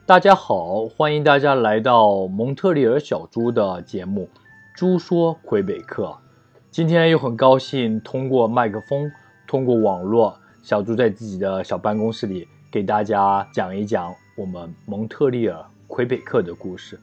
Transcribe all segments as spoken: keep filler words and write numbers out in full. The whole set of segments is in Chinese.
大家好，欢迎大家来到蒙特利尔小猪的节目《猪说魁北克》。今天又很高兴通过麦克风，通过网络，小猪在自己的小办公室里给大家讲一讲我们蒙特利尔魁北克的故事。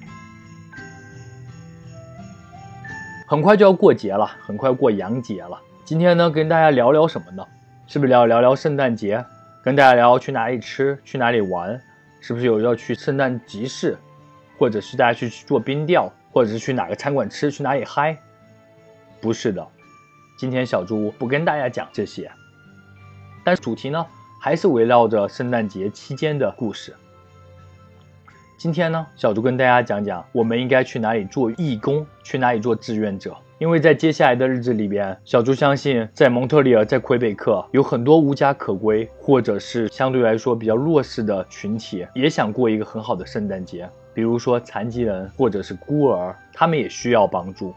很快就要过节了，很快过洋节了。今天呢，跟大家聊聊什么呢？是不是聊聊聊圣诞节？跟大家聊去哪里吃，去哪里玩？是不是有要去圣诞集市，或者是大家去做冰钓，或者是去哪个餐馆吃，去哪里嗨？不是的，今天小猪不跟大家讲这些，但主题呢还是围绕着圣诞节期间的故事。今天呢，小猪跟大家讲讲我们应该去哪里做义工，去哪里做志愿者。因为在接下来的日子里边，小猪相信在蒙特利尔，在魁北克有很多无家可归，或者是相对来说比较弱势的群体，也想过一个很好的圣诞节。比如说残疾人或者是孤儿，他们也需要帮助。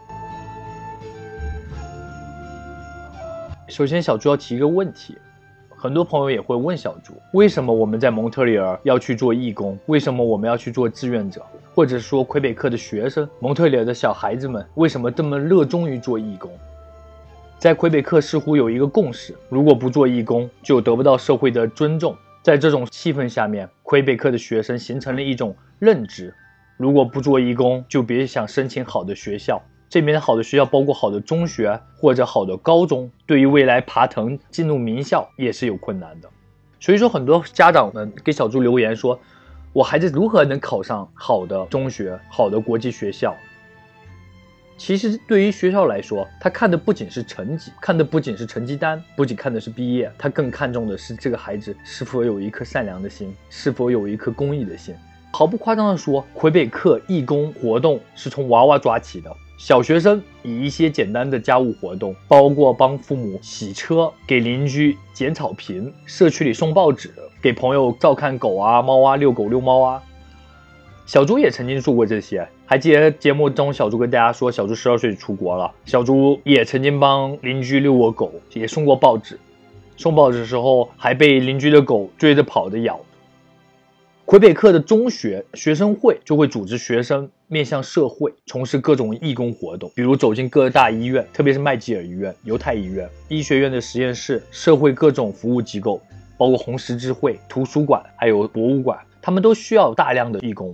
首先，小猪要提一个问题。很多朋友也会问小猪，为什么我们在蒙特利尔要去做义工？为什么我们要去做志愿者？或者说魁北克的学生，蒙特利尔的小孩子们为什么这么热衷于做义工？在魁北克似乎有一个共识，如果不做义工，就得不到社会的尊重。在这种气氛下面，魁北克的学生形成了一种认知，如果不做义工，就别想申请好的学校。这边的好的学校包括好的中学或者好的高中，对于未来爬藤进入名校也是有困难的。所以说很多家长们给小猪留言说，我孩子如何能考上好的中学，好的国际学校？其实对于学校来说，他看的不仅是成绩，看的不仅是成绩单，不仅看的是毕业，他更看重的是这个孩子是否有一颗善良的心，是否有一颗公益的心。毫不夸张的说，魁北克义工活动是从娃娃抓起的。小学生以一些简单的家务活动，包括帮父母洗车，给邻居捡草坪，社区里送报纸，给朋友照看狗啊猫啊，遛狗遛猫啊。小猪也曾经做过这些，还记得节目中小猪跟大家说，小猪十二岁出国了，小猪也曾经帮邻居遛过狗，也送过报纸，送报纸的时候还被邻居的狗追着跑着咬。魁北克的中学学生会就会组织学生面向社会，从事各种义工活动，比如走进各大医院，特别是麦吉尔医院、犹太医院、医学院的实验室、社会各种服务机构，包括红十字会、图书馆还有博物馆，他们都需要大量的义工。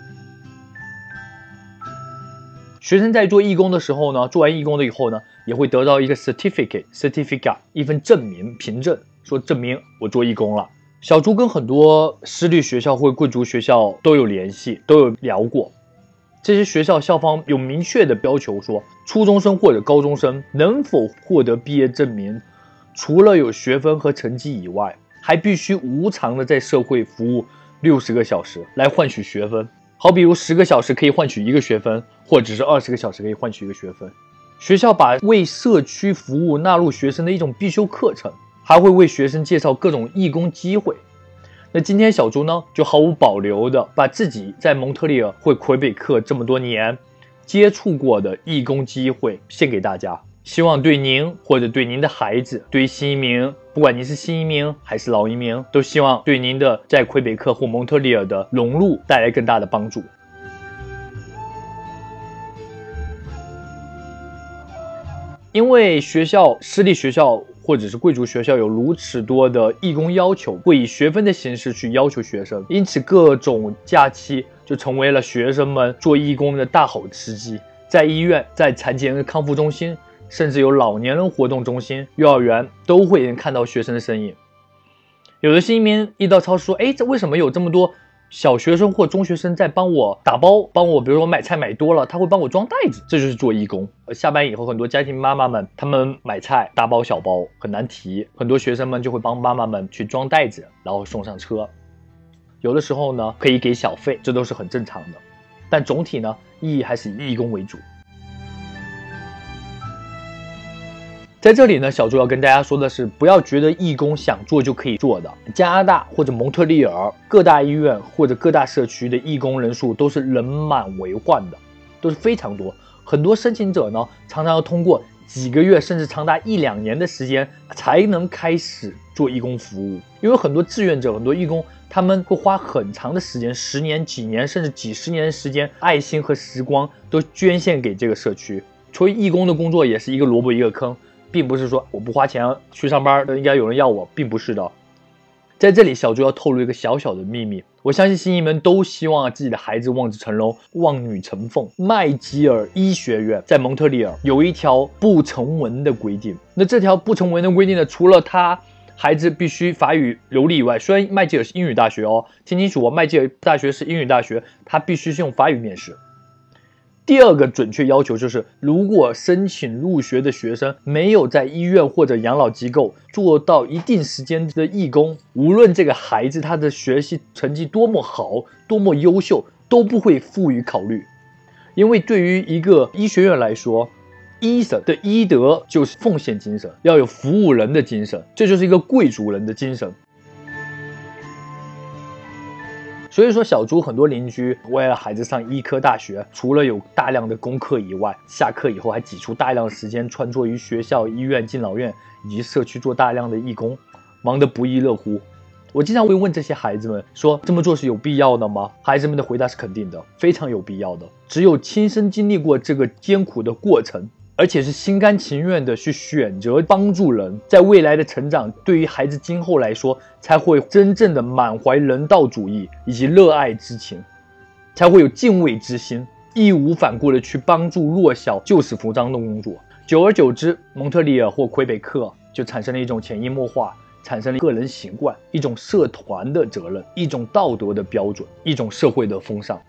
学生在做义工的时候呢，做完义工了以后呢，也会得到一个 certificate certificate 一份证明凭证，说证明我做义工了。小猪跟很多私立学校或贵族学校都有联系，都有聊过。这些学校校方有明确的要求说，初中生或者高中生能否获得毕业证明，除了有学分和成绩以外，还必须无偿的在社会服务六十个小时来换取学分。好比如十个小时可以换取一个学分，或者是二十个小时可以换取一个学分。学校把为社区服务纳入学生的一种必修课程，还会为学生介绍各种义工机会。那今天小猪呢，就毫无保留的把自己在蒙特利尔或魁北克这么多年接触过的义工机会献给大家，希望对您或者对您的孩子，对于新移民，不管您是新移民还是老移民，都希望对您的在魁北克或蒙特利尔的融入带来更大的帮助。因为学校私立学校或者是贵族学校有如此多的义工要求，会以学分的形式去要求学生，因此各种假期就成为了学生们做义工的大好时机。在医院，在残疾人康复中心，甚至有老年人活动中心、幼儿园，都会能看到学生的身影。有的新移民一到超市说，哎，这为什么有这么多小学生或中学生在帮我打包，帮我比如说买菜买多了，他会帮我装袋子，这就是做义工。下班以后，很多家庭妈妈们，他们买菜大包小包很难提，很多学生们就会帮妈妈们去装袋子，然后送上车。有的时候呢，可以给小费，这都是很正常的。但总体呢，意义还是以义工为主。在这里呢，小猪要跟大家说的是，不要觉得义工想做就可以做的。加拿大或者蒙特利尔各大医院或者各大社区的义工人数都是人满为患的，都是非常多。很多申请者呢，常常要通过几个月甚至长达一两年的时间才能开始做义工服务。因为很多志愿者很多义工他们会花很长的时间，十年几年甚至几十年的时间，爱心和时光都捐献给这个社区。所以义工的工作也是一个萝卜一个坑，并不是说我不花钱去上班应该有人要我，并不是的。在这里小猪要透露一个小小的秘密，我相信新移们都希望自己的孩子望子成龙望女成凤。麦吉尔医学院在蒙特利尔有一条不成文的规定，那这条不成文的规定呢，除了他孩子必须法语流利以外，虽然麦吉尔是英语大学哦，听清楚哦，麦吉尔大学是英语大学，他必须是用法语面试。第二个准确要求就是，如果申请入学的学生没有在医院或者养老机构做到一定时间的义工，无论这个孩子他的学习成绩多么好多么优秀，都不会赋予考虑。因为对于一个医学院来说，医生的医德就是奉献精神，要有服务人的精神，这就是一个贵族人的精神。所以说小猪很多邻居为了孩子上医科大学，除了有大量的功课以外，下课以后还挤出大量的时间穿梭于学校、医院、敬老院以及社区做大量的义工，忙得不亦乐乎。我经常会问这些孩子们说，这么做是有必要的吗？孩子们的回答是肯定的，非常有必要的。只有亲身经历过这个艰苦的过程，而且是心甘情愿的去选择帮助人，在未来的成长对于孩子今后来说才会真正的满怀人道主义以及热爱之情，才会有敬畏之心，义无反顾的去帮助弱小救死扶伤的工作。久而久之，蒙特利尔或魁北克就产生了一种潜移默化，产生了个人习惯，一种社团的责任，一种道德的标准，一种社会的风尚。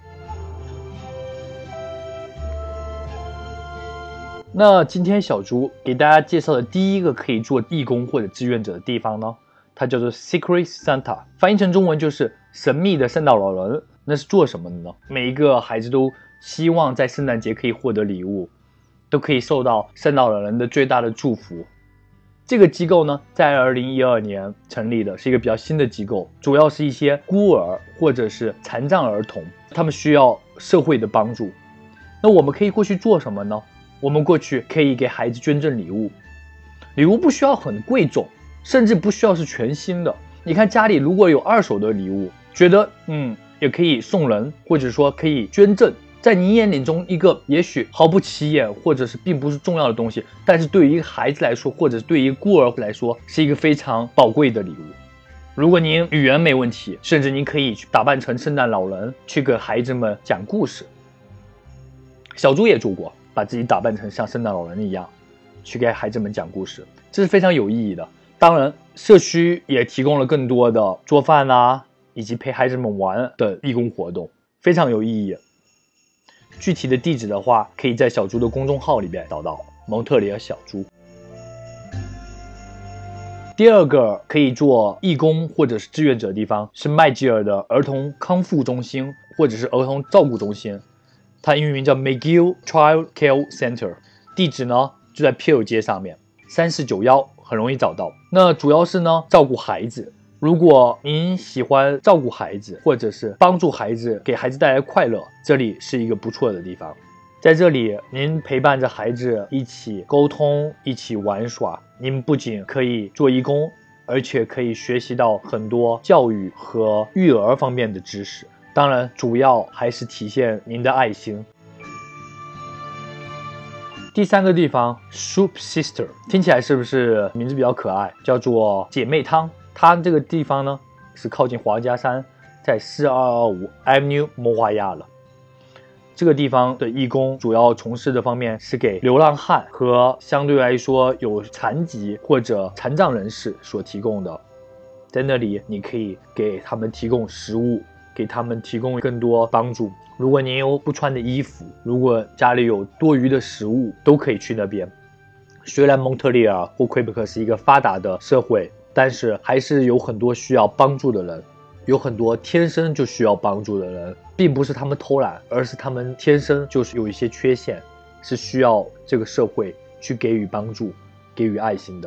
那今天小猪给大家介绍的第一个可以做义工或者志愿者的地方呢，它叫做 Secret Santa， 翻译成中文就是神秘的圣诞老人。那是做什么的呢？每一个孩子都希望在圣诞节可以获得礼物，都可以受到圣诞老人的最大的祝福。这个机构呢，在二零一二年成立的，是一个比较新的机构，主要是一些孤儿或者是残障儿童，他们需要社会的帮助。那我们可以过去做什么呢？我们过去可以给孩子捐赠礼物，礼物不需要很贵重，甚至不需要是全新的。你看家里如果有二手的礼物，觉得嗯也可以送人，或者说可以捐赠，在你眼里中一个也许毫不起眼或者是并不是重要的东西，但是对于一个孩子来说，或者是对于一个孤儿来说，是一个非常宝贵的礼物。如果您语言没问题，甚至您可以去打扮成圣诞老人，去给孩子们讲故事。小猪也做过，把自己打扮成像圣诞老人一样，去给孩子们讲故事，这是非常有意义的。当然，社区也提供了更多的做饭啊，以及陪孩子们玩的义工活动，非常有意义。具体的地址的话，可以在小猪的公众号里边找到蒙特利尔小猪。第二个可以做义工或者是志愿者的地方是麦吉尔的儿童康复中心或者是儿童照顾中心，它英语名叫 McGill Child Care Center， 地址呢就在 Peel 街上面三四九一，很容易找到。那主要是呢照顾孩子，如果您喜欢照顾孩子或者是帮助孩子，给孩子带来快乐，这里是一个不错的地方。在这里您陪伴着孩子一起沟通，一起玩耍，您不仅可以做义工，而且可以学习到很多教育和育儿方面的知识，当然主要还是体现您的爱心。第三个地方 Soup Sister， 听起来是不是名字比较可爱，叫做姐妹汤。它这个地方呢是靠近皇家山，在四二二五 Avenue 摩华亚了。这个地方的义工主要从事的方面是给流浪汉和相对来说有残疾或者残障人士所提供的。在那里你可以给他们提供食物，给他们提供更多帮助。如果您有不穿的衣服，如果家里有多余的食物，都可以去那边。虽然蒙特利尔或魁北克是一个发达的社会，但是还是有很多需要帮助的人，有很多天生就需要帮助的人，并不是他们偷懒，而是他们天生就是有一些缺陷，是需要这个社会去给予帮助，给予爱心的。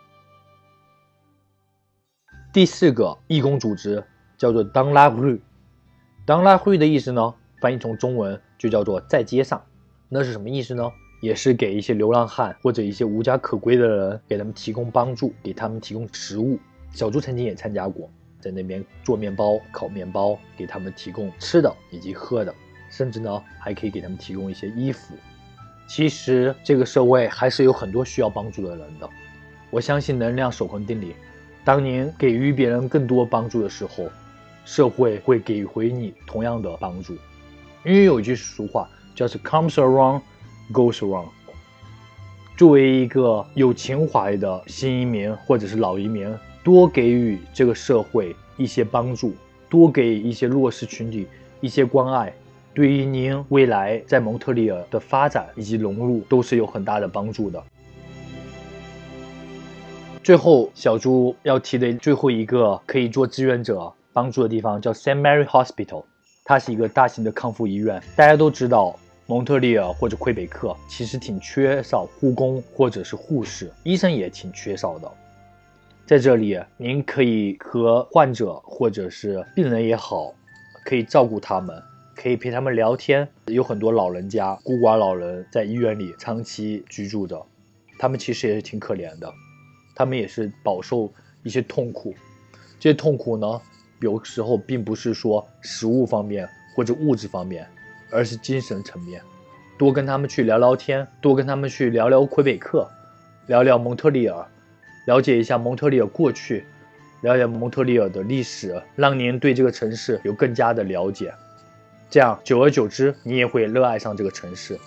第四个义工组织叫做 Dans la rue。Dans la rue 的意思呢，翻译成中文就叫做在街上。那是什么意思呢？ 也是给一些流浪汉或者一些无家可归的人，给他们提供帮助，给他们提供食物。小猪曾经也参加过，在那边做面包、烤面包，给他们提供吃的以及喝的，甚至呢还可以给他们提供一些衣服。其实这个社会还是有很多需要帮助的人的。我相信能量守恒定理，当您给予别人更多帮助的时候，社会会给回你同样的帮助。因为有一句俗话叫是 comes around goes around。 作为一个有情怀的新移民或者是老移民，多给予这个社会一些帮助，多给一些弱势群体一些关爱，对于您未来在蒙特利尔的发展以及融入都是有很大的帮助的。最后，小猪要提的最后一个可以做志愿者帮助的地方叫 Saint Mary Hospital， 它是一个大型的康复医院。大家都知道蒙特利尔或者魁北克其实挺缺少护工或者是护士，医生也挺缺少的。在这里您可以和患者或者是病人也好，可以照顾他们，可以陪他们聊天。有很多老人家孤寡老人在医院里长期居住着，他们其实也是挺可怜的，他们也是饱受一些痛苦。这些痛苦呢，有时候并不是说食物方面或者物质方面，而是精神层面。多跟他们去聊聊天，多跟他们去聊聊魁北克，聊聊蒙特利尔，了解一下蒙特利尔过去，了解蒙特利尔的历史，让您对这个城市有更加的了解。这样久而久之，你也会热爱上这个城市。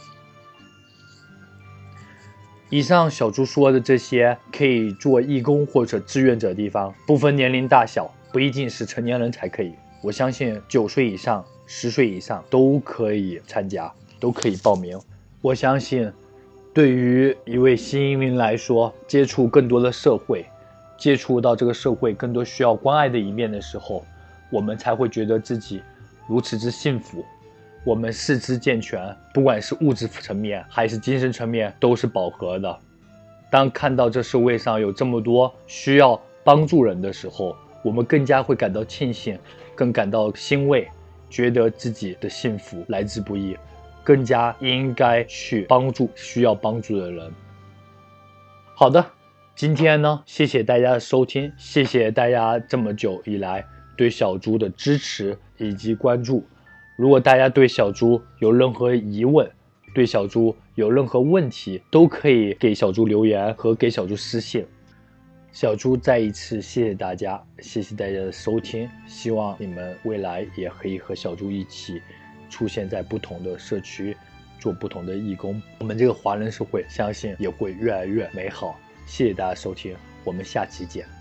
以上小猪说的这些可以做义工或者志愿者的地方，不分年龄大小，不一定是成年人才可以。我相信九岁以上、十岁以上都可以参加，都可以报名。我相信，对于一位新移民来说，接触更多的社会，接触到这个社会更多需要关爱的一面的时候，我们才会觉得自己如此之幸福。我们四肢健全，不管是物质层面还是精神层面都是饱和的。当看到这社会上有这么多需要帮助人的时候，我们更加会感到庆幸，更感到欣慰，觉得自己的幸福来之不易，更加应该去帮助需要帮助的人。好的，今天呢，谢谢大家的收听，谢谢大家这么久以来对小猪的支持以及关注。如果大家对小猪有任何疑问，对小猪有任何问题，都可以给小猪留言和给小猪私信。小猪再一次谢谢大家，谢谢大家的收听，希望你们未来也可以和小猪一起出现在不同的社区，做不同的义工。我们这个华人社会相信也会越来越美好。谢谢大家收听，我们下期见。